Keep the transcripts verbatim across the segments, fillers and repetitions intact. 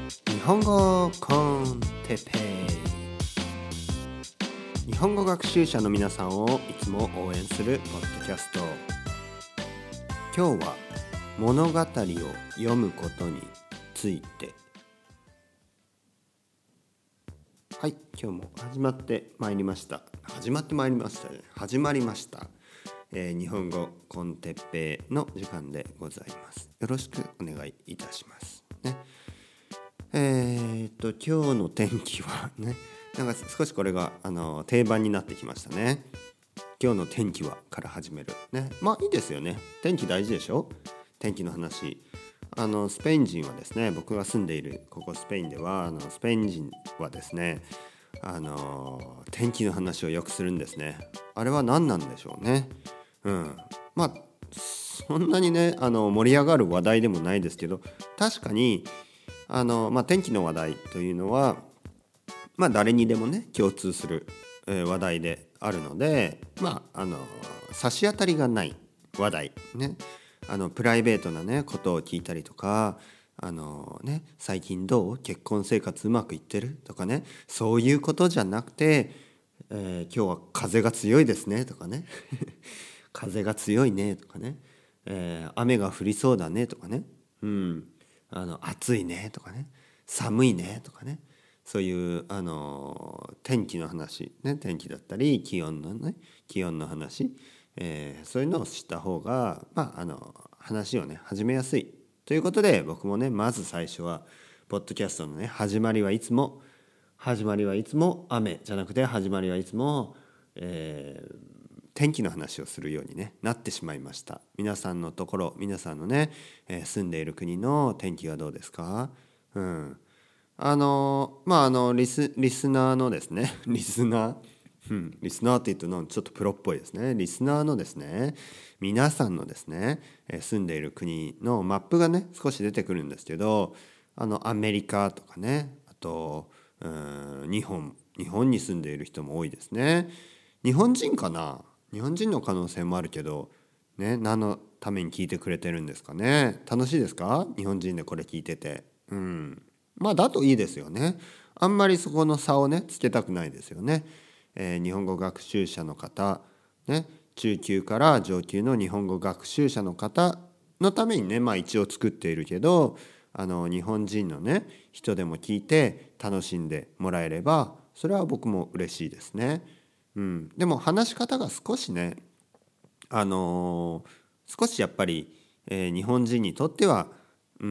日本語コンテッペイ、日本語学習者の皆さんをいつも応援するポッドキャスト。今日は物語を読むことについて。はい、今日も始まってまいりました始まってまいりましたね始まりました、えー、日本語コンテッペイの時間でございます。よろしくお願いいたしますね。えー、っと今日の天気はね、なんか少しこれがあの定番になってきましたね。今日の天気はから始めるね。まあいいですよね。天気大事でしょ。天気の話。あのスペイン人はですね、僕が住んでいるここスペインではあのスペイン人はですね、あの天気の話をよくするんですね。あれは何なんでしょうね。うん。まあそんなにねあの盛り上がる話題でもないですけど、確かにあの、まあ、天気の話題というのは、まあ、誰にでもね共通する、えー、話題であるので、まあ、あの差し当たりがない話題ね。あのプライベートなねことを聞いたりとか、あのね最近どう結婚生活うまくいってるとかね、そういうことじゃなくて、えー、今日は風が強いですねとかね風が強いねとかね、えー、雨が降りそうだねとかね、うんあの暑いねとかね、寒いねとかね、そういうあの天気の話ね、天気だったり気温のね気温の話、えー、そういうのを知った方が、まあ、あの話をね始めやすいということで、僕もねまず最初はポッドキャストのね始まりはいつも始まりはいつも雨じゃなくて、始まりはいつも、えー、天気の話をするように、ね、なってしまいました。皆さんのところ、皆さんのね、えー、住んでいる国の天気はどうですか？うん、あのまああのリスリスナーのですねリスナー、うん、リスナーって言うとのちょっとプロっぽいですね。リスナーのですね、皆さんのですね、えー、住んでいる国のマップがね少し出てくるんですけど、あのアメリカとかね、あとうん日本日本に住んでいる人も多いですね。日本人かな、日本人の可能性もあるけどね、何のために聞いてくれてるんですかね。楽しいですか？日本人でこれ聞いてて。うんまあだといいですよね。あんまりそこの差をねつけたくないですよね。えー、日本語学習者の方ね、中級から上級の日本語学習者の方のためにね、まあ一応作っているけど、あの日本人のね人でも聞いて楽しんでもらえれば、それは僕も嬉しいですね。うん、でも話し方が少しね、あのー、少しやっぱり、えー、日本人にとっては、うん、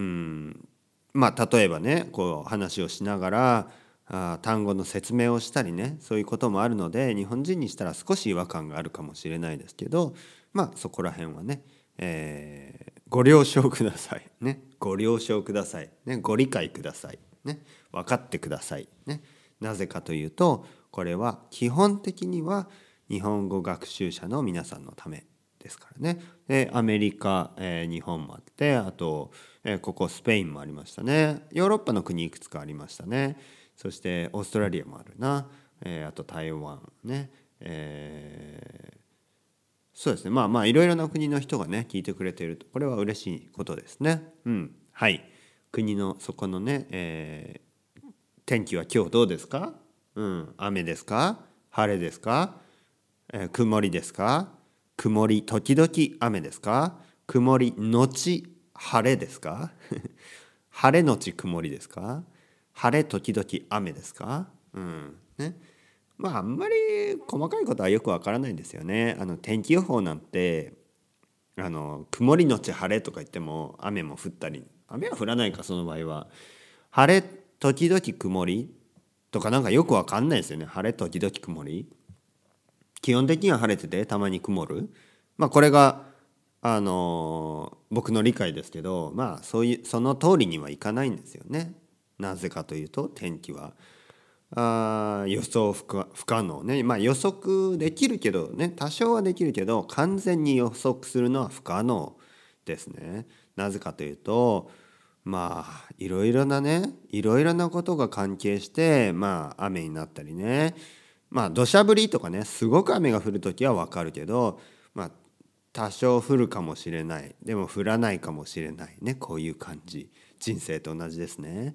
まあ例えばねこう話をしながらあ単語の説明をしたりね、そういうこともあるので、日本人にしたら少し違和感があるかもしれないですけど、まあそこら辺はね、えー、ご了承くださいね、ご了承くださいね、ご理解くださいね、分かってくださいね。なぜかというと、これは基本的には日本語学習者の皆さんのためですからね。でアメリカ、えー、日本もあって、あと、えー、ここスペインもありましたね。ヨーロッパの国いくつかありましたね。そしてオーストラリアもあるな、えー、あと台湾ね、えー、そうですね、まあまあいろいろな国の人がね聞いてくれていると、これは嬉しいことですね。うんはい、国のそこのね、えー、天気は今日どうですか？うん、雨ですか？晴れですか？えー、曇りですか？曇り時々雨ですか？曇りのち晴れですか？晴れのち曇りですか？晴れ時々雨ですか？うんね、まああんまり細かいことはよくわからないんですよね。あの天気予報なんて、あの曇りのち晴れとか言っても雨も降ったり、雨は降らないかその場合は、晴れ時々曇りとかなんかよくわかんないですよね。晴れ時々曇り、基本的には晴れててたまに曇る、まあこれがあの僕の理解ですけど、まあそういうその通りにはいかないんですよね。なぜかというと、天気はあ予想不可、不可能ね。まあ予測できるけどね、多少はできるけど完全に予測するのは不可能ですね。なぜかというと、まあいろいろなねいろいろなことが関係して、まあ雨になったりね、まあ土砂降りとかね、すごく雨が降るときはわかるけど、まあ多少降るかもしれない、でも降らないかもしれないね、こういう感じ。人生と同じですね。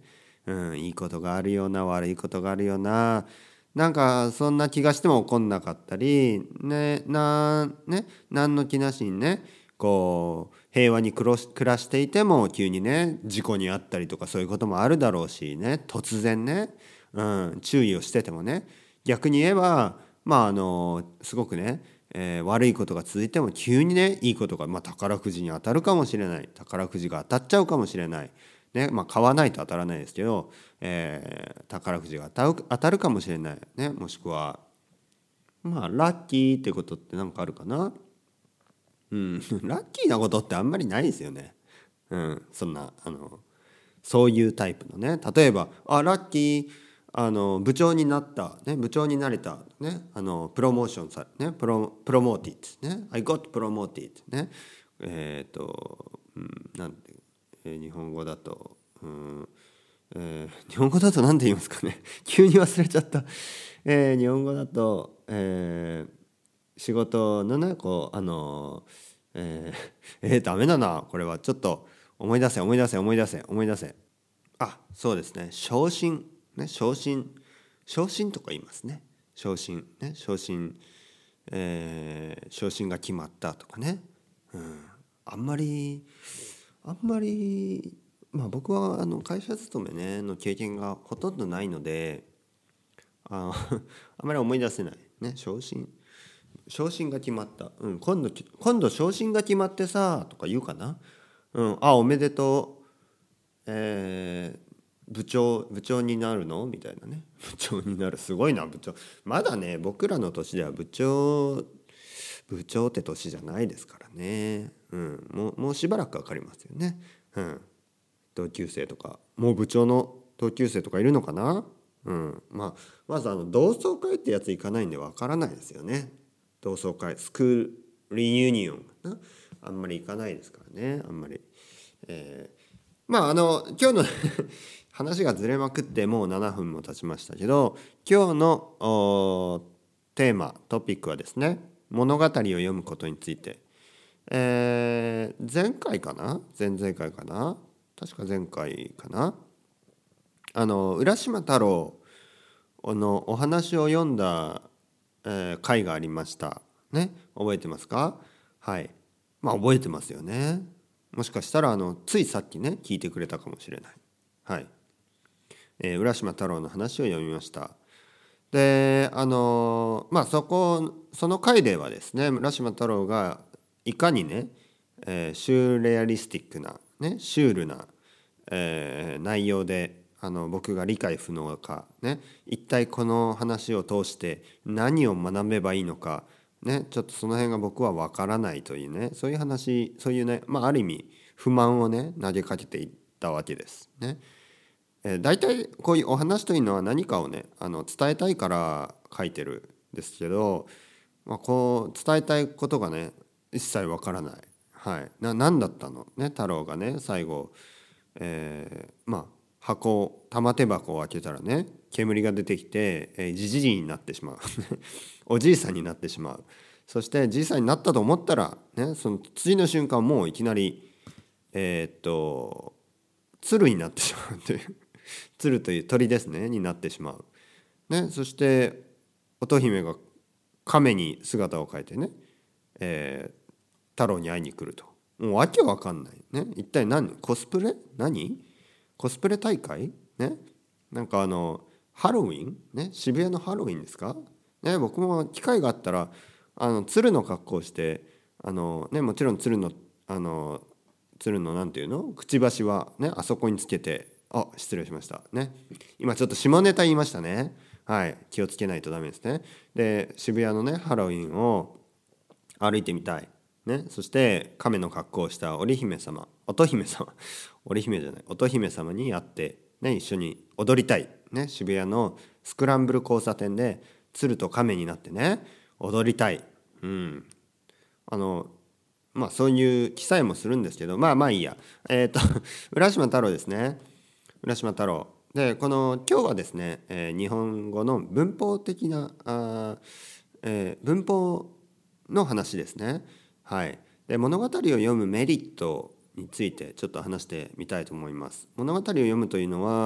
うん、いいことがあるような悪いことがあるような、なんかそんな気がしても起こんなかったり、ね、なね、何の気なしにね、こう平和に暮らし暮らしていても急にね事故に遭ったりとか、そういうこともあるだろうしね、突然ね、うん、注意をしててもね、逆に言えばまああのすごくね、えー悪いことが続いても急にねいいことが、まあ、宝くじに当たるかもしれない、宝くじが当たっちゃうかもしれない、ね、まあ買わないと当たらないですけど、えー宝くじが当たる、当たるかもしれない、ね、もしくはまあラッキーってことって何かあるかな。うん、ラッキーなことってあんまりないですよね。うん、そんなあのそういうタイプのね、例えばあラッキー、あの部長になった、ね、部長になれた、ね、あのプロモーションさ、ね、プロプロモーティッドね、I got promoted ね、えっ、と、うん、なんて、えー日本語だと、うんえー日本語だと何て言いますかね急に忘れちゃった、えー日本語だと、えー仕事のねこうあのえー、えー、ダメだなこれは。ちょっと思い出せ思い出せ思い出せ思い出せ。あ、そうですね、昇進ね、昇進昇進とか言いますね。昇進ね、昇進、えー、昇進が決まったとかね。うん、あんまりあんまりまあ僕はあの会社勤めねの経験がほとんどないので、ああんまり思い出せないね。昇進昇進が決まった、うん、今度今度昇進が決まってさとか言うかな。うん、あおめでとう、えー部長部長になるのみたいなね。部長になる、すごいな部長。まだね僕らの年では部長部長って年じゃないですからね。うん、もうもうしばらくかかりますよね。うん、同級生とかもう部長の同級生とかいるのかな。うん、まあまずあの同窓会ってやつ行かないんでわからないですよね。同窓会スクールリユニオンかな、あんまり行かないですからね、あんまり。えーまああの今日の話がずれまくってもうななふんも経ちましたけど、今日のおテーマトピックはですね、物語を読むことについて、えー前回かな前々回かな、確か前回かな、あの浦島太郎のお話を読んだ、えー回がありましたね。覚えてますか？はい。まあ覚えてますよね。もしかしたらあのついさっきね聞いてくれたかもしれない。はい。えー浦島太郎の話を読みました。で、あのまあそこその回ではですね、浦島太郎がいかにね、えーシューレアリスティックなね、シュールな、えー内容で、あの僕が理解不能かね、一体この話を通して何を学べばいいのかね、ちょっとその辺が僕は分からないというね、そういう話、そういうね、まあある意味不満をね投げかけていったわけですね。えー、大体こういうお話というのは何かをねあの伝えたいから書いてるんですけど、まあ、こう伝えたいことがね一切わからない、はい、な何だったのね太郎がね最後、えー、まあ箱玉手箱を開けたらね煙が出てきて、えー、じじいになってしまうおじいさんになってしまう。そしてじいさんになったと思ったらね、その次の瞬間もういきなりえーっと鶴になってしまうという鶴という鳥ですねになってしまう、ね、そして乙姫が亀に姿を変えてね、えー太郎に会いに来ると。もうわけわかんないね。一体何コスプレ何コスプレ大会ね、なんかあのハロウィンね、渋谷のハロウィンですかね。僕も機会があったらあの鶴の格好をして、あのね、もちろん鶴のあの鶴のなんていうのくちばしはねあそこにつけて、あ失礼しましたね、今ちょっと下ネタ言いましたね。はい、気をつけないとダメですね。で渋谷のねハロウィンを歩いてみたい、ね、そして亀の格好をした織姫様乙姫様織姫じゃない乙姫様に会って、ね、一緒に踊りたい、ね、渋谷のスクランブル交差点で鶴と亀になってね踊りたい、うん、あのまあそういう記載もするんですけど、まあまあいいや。えっと浦島太郎ですね。浦島太郎で、この今日はですね、えー日本語の文法的なあ、えー文法の話ですね。はい。で物語を読むメリットについてちょっと話してみたいと思います。物語を読むというのは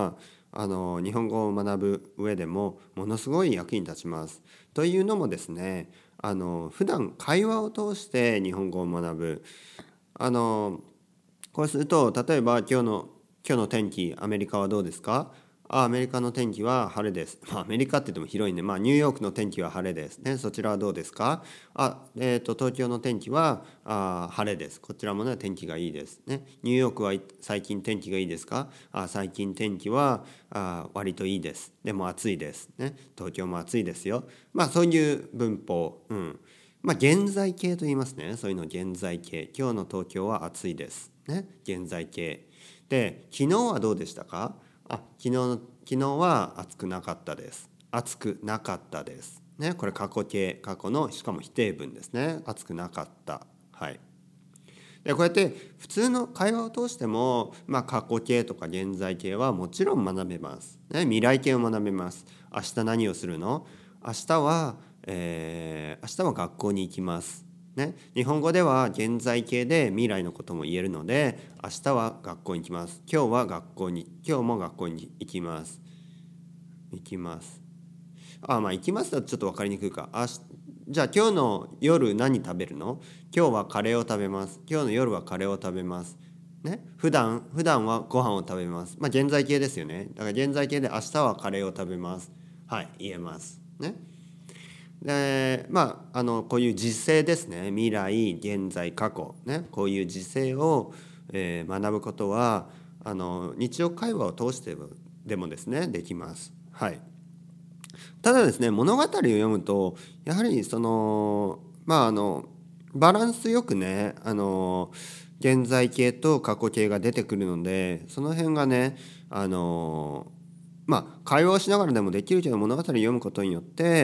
あの日本語を学ぶ上でもものすごい役に立ちます。というのもですね、あの普段会話を通して日本語を学ぶ。あのこうすると、例えば今日の今日の天気、アメリカはどうですか？あ、アメリカの天気は晴れです。まあ、アメリカって言っても広いね。まあ、ニューヨークの天気は晴れですね。そちらはどうですか？あ、えーと、東京の天気はあ晴れです。こちらもね、天気がいいですね。ニューヨークは最近天気がいいですか？あ、最近天気はあ割といいです。でも暑いですね。東京も暑いですよ。まあ、そういう文法。うん。まあ、現在形と言いますね。そういうの現在形。今日の東京は暑いです。ね。現在形。で、昨日はどうでしたか？あ、昨日の昨日は暑くなかったです。暑くなかったです。ね。これ過去形、過去のしかも否定文ですね。暑くなかった。はい。で、こうやって普通の会話を通しても、まあ、過去形とか現在形はもちろん学べます。ね。未来形を学べます。明日何をするの？明日はえー、明日は学校に行きます、ね、日本語では現在形で未来のことも言えるので、明日は学校に行きます。今日は学校に今日も学校に行きます行きますあまあ行きますだとちょっと分かりにくいか。あじゃあ今日の夜何食べるの？今日はカレーを食べます。今日の夜はカレーを食べますね。普段普段はご飯を食べます。まあ現在形ですよね。だから現在形で明日はカレーを食べます。はい、言えますね。でまあ、あのこういう時制ですね。未来、現在、過去、ね、こういう時制を、えー、学ぶことはあの日常会話を通してでもですねできます。はい、ただですね、物語を読むとやはりそのまああのバランスよくね、あの現在形と過去形が出てくるので、その辺がね、あのまあ、会話をしながらでもできるけど物語を読むことによって、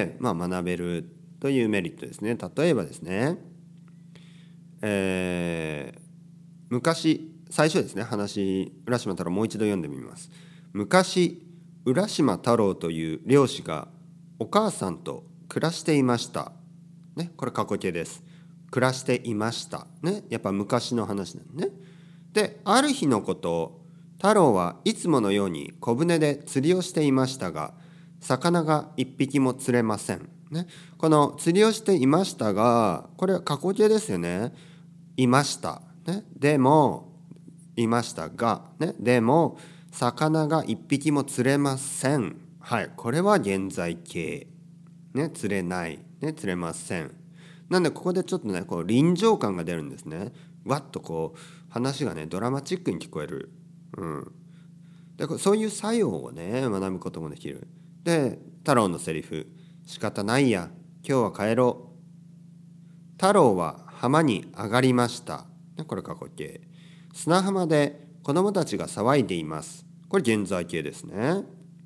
まあ、学べるというメリットですね。例えばですね、えー、昔最初ですね、話浦島太郎もう一度読んでみます。昔浦島太郎という漁師がお母さんと暮らしていました、ね、これ過去形です。暮らしていました、ね、やっぱ昔の話なんね。で、ある日のこと、太郎はいつものように小舟で釣りをしていましたが、魚が一匹も釣れません。ね、この釣りをしていましたが、これは過去形ですよね。いました。ね、でも、いましたが、ね、でも、魚が一匹も釣れません。はい、これは現在形。ね、釣れない。ね、釣れません。なんでここでちょっとね、こう臨場感が出るんですね。わっとこう話がねドラマチックに聞こえる。うん。でそういう作用をね学ぶこともできる。で、太郎のセリフ、仕方ないや、今日は帰ろう。太郎は浜に上がりました。これ過去形。砂浜で子供たちが騒いでいます。これ現在形ですね。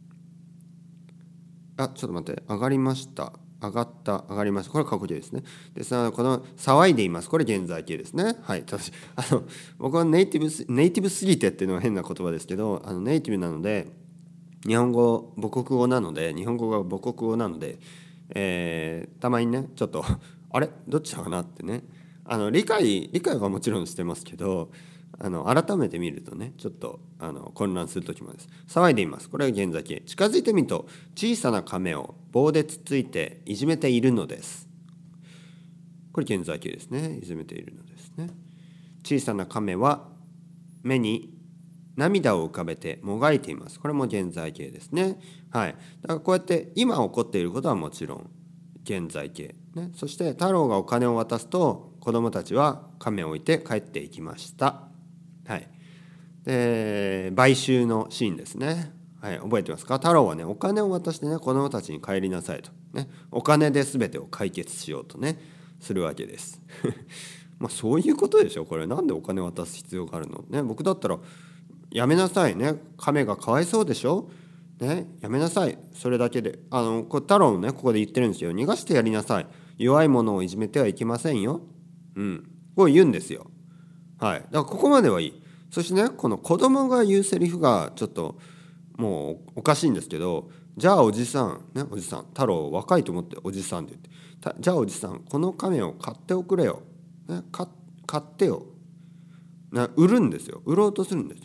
あ、ちょっと待って、上がりました。上がった、上がりました。これは過去形ですね。でさ、この騒いでいます。これ現在形ですね。はい。ただし、あの僕はネイティブネイティブすぎてっていうのは変な言葉ですけど、あのネイティブなので、日本語母国語なので、日本語が母国語なので、えー、たまにねちょっとあれどっちだかなってね、あの理解理解はもちろんしてますけど、あの改めて見るとねちょっとあの混乱する時もです。騒いでいます。これは現在形。近づいてみると小さな亀を棒でつっついていじめているのです。これ現在形ですね。いじめているのですね。小さな亀は目に涙を浮かべてもがいています。これも現在形ですね。はい。だからこうやって今起こっていることはもちろん現在形、ね、そして太郎がお金を渡すと子どもたちは亀を置いて帰っていきました。はい。で、買収のシーンですね。はい、覚えてますか？太郎はねお金を渡してね子どもたちに帰りなさいと、ね、お金で全てを解決しようとねするわけです。まあそういうことでしょ。これなんでお金を渡す必要があるのね。僕だったらやめなさいね。亀がかわいそうでしょ。ね、やめなさい。それだけで。あの、これ太郎もね、ここで言ってるんですよ。逃がしてやりなさい。弱い者をいじめてはいけませんよ。うん。こう言うんですよ。はい。だからここまではいい。そしてね、この子供が言うセリフがちょっともうおかしいんですけど、じゃあおじさん、ね、おじさん、太郎若いと思っておじさんって言って、じゃあおじさん、この亀を買っておくれよ。ね、買ってよ。ね、売るんですよ。売ろうとするんですよ。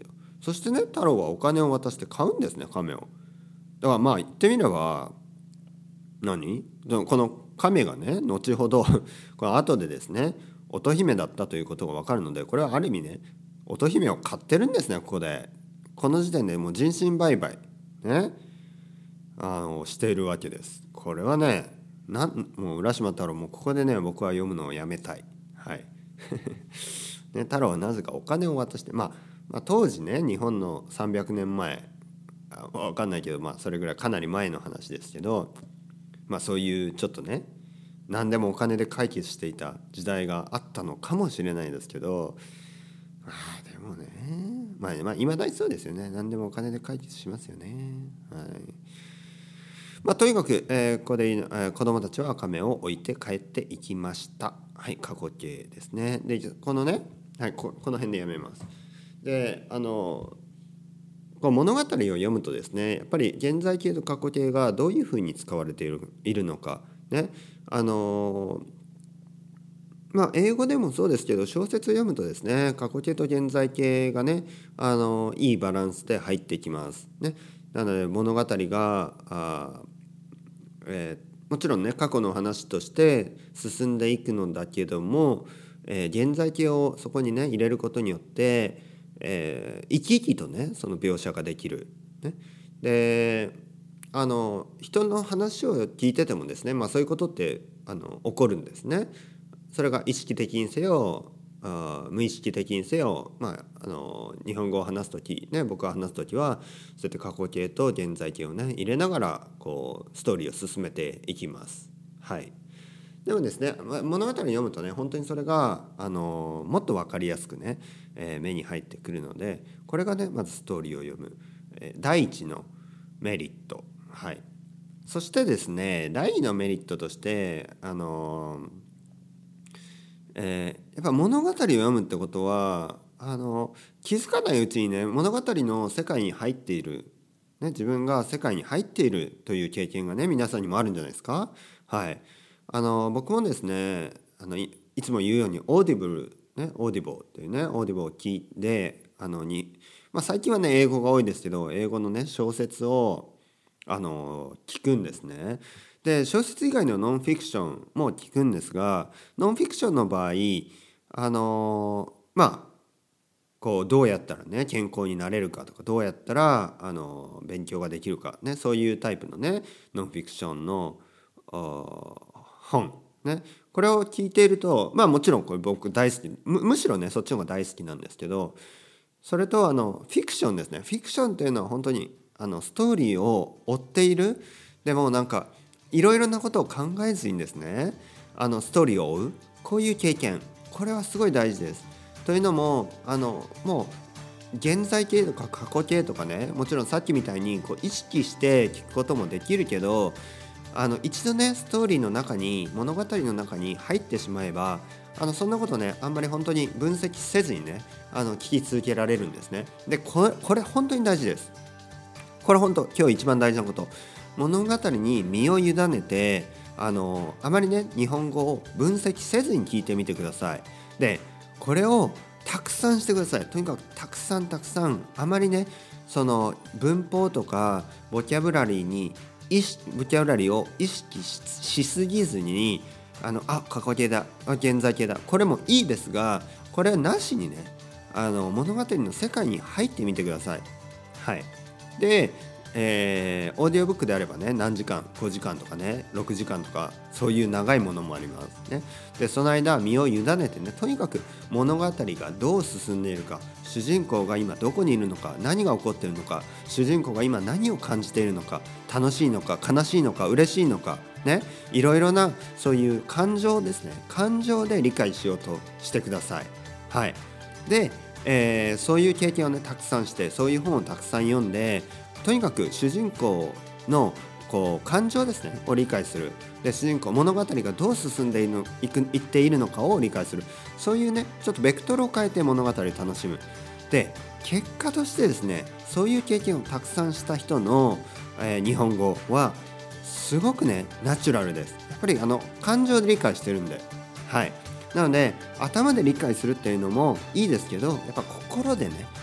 そしてね、太郎はお金を渡して買うんですね、亀を。だからまあ言ってみれば何この亀がね、後ほどこの後でですね、乙姫だったということが分かるので、これはある意味ね、乙姫を買ってるんですね。ここでこの時点でもう人身売買ね、あのしているわけです。これはね、なんもう浦島太郎もここでね、僕は読むのをやめたい。はいね、太郎はなぜかお金を渡して、まあ、まあ当時ね、日本のさんびゃくねんまえ、あ分かんないけど、まあそれぐらいかなり前の話ですけど、まあそういうちょっとね、何でもお金で解決していた時代があったのかもしれないですけど、まあでもね、まあ、まあ今だにそうですよね。何でもお金で解決しますよね。はい。まあとにかく、えー、ここで、えー、子供たちは亀を置いて帰っていきました。はい、過去形ですね。でこのね、はい、こ, この辺でやめます。で、あのこう物語を読むとですね、やっぱり現在形と過去形がどういうふうに使われている、いるのかね、あのまあ英語でもそうですけど、小説を読むとですね、過去形と現在形がね、あのいいバランスで入ってきますね。なので物語があ、えー、もちろんね、過去の話として進んでいくのだけども、えー、現在形をそこにね入れることによってえー、生き生きとねその描写ができる、ね、であの人の話を聞いててもですね、まあ、そういうことってあの起こるんですね。それが意識的にせよあ無意識的にせよ、まあ、あの日本語を話す時ね、僕が話す時はそうやって過去形と現在形をね入れながらこうストーリーを進めていきます。はい。でもですね、物語を読むとね、本当にそれがあのもっと分かりやすくね、えー、目に入ってくるので、これがねまずストーリーを読む、えー、第一のメリット。はい。そしてですね、第二のメリットとしてあのーえー、やっぱ物語を読むってことはあの気づかないうちにね、物語の世界に入っている、ね、自分が世界に入っているという経験がね、皆さんにもあるんじゃないですか。はい。あの僕もですね、あの い, いつも言うようにオーディブル、ね、オーディボーっていうね、オーディボーを聞いてあのに、まあ、最近はね英語が多いですけど、英語のね小説をあの聞くんですね。で小説以外のノンフィクションも聞くんですが、ノンフィクションの場合あのまあこうどうやったらね健康になれるかとか、どうやったらあの勉強ができるかね、そういうタイプのねノンフィクションの本ね、これを聞いていると、まあもちろんこれ僕大好き、 む, むしろねそっちの方が大好きなんですけど、それとあのフィクションですね。フィクションというのは本当にあのストーリーを追っている、でもなんかいろいろなことを考えずにですね、あのストーリーを追う、こういう経験、これはすごい大事です。というのもあのもう現在形とか過去形とかね、もちろんさっきみたいにこう意識して聞くこともできるけど、あの一度ねストーリーの中に、物語の中に入ってしまえば、あのそんなことねあんまり本当に分析せずにね、あの聞き続けられるんですね。でこれこれ本当に大事です。これ本当今日一番大事なこと、物語に身を委ねて、あのあまりね日本語を分析せずに聞いてみてください。でこれをたくさんしてください。とにかくたくさんたくさん、あまりねその文法とかボキャブラリーに意識ボキャブラリーを意識 し, しすぎずに、あのあ過去形だ、あ現在形だ、これもいいですが、これはなしにね、あの物語の世界に入ってみてください。はい。で、えー、オーディオブックであればね、何時間、ごじかんとかね、ろくじかんとか、そういう長いものもありますね。でその間身を委ねてね、とにかく物語がどう進んでいるか、主人公が今どこにいるのか、何が起こっているのか、主人公が今何を感じているのか、楽しいのか悲しいのか嬉しいのかね、いろいろなそういう感情ですね、感情で理解しようとしてください。はい。で、えー、そういう経験をねたくさんして、そういう本をたくさん読んで、とにかく主人公のこう感情ですねを理解する。で主人公、物語がどう進んでいるのいくいっているのかを理解する。そういうねちょっとベクトルを変えて物語を楽しむ。で結果としてですね、そういう経験をたくさんした人の、えー、日本語はすごくねナチュラルです。やっぱりあの感情で理解してるんで、はい。なので頭で理解するっていうのもいいですけど、やっぱ心でね、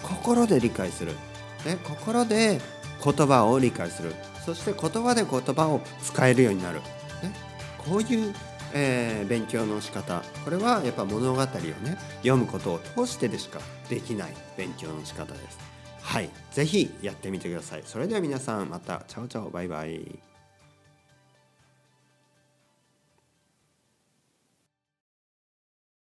心で理解する、ね、心で言葉を理解する、そして言葉で言葉を使えるようになる、ね、こういう、えー、勉強の仕方、これはやっぱ物語をね読むことを通してでしかできない勉強の仕方です。はい、ぜひやってみてください。それでは皆さんまたチャオチャオバイバイ。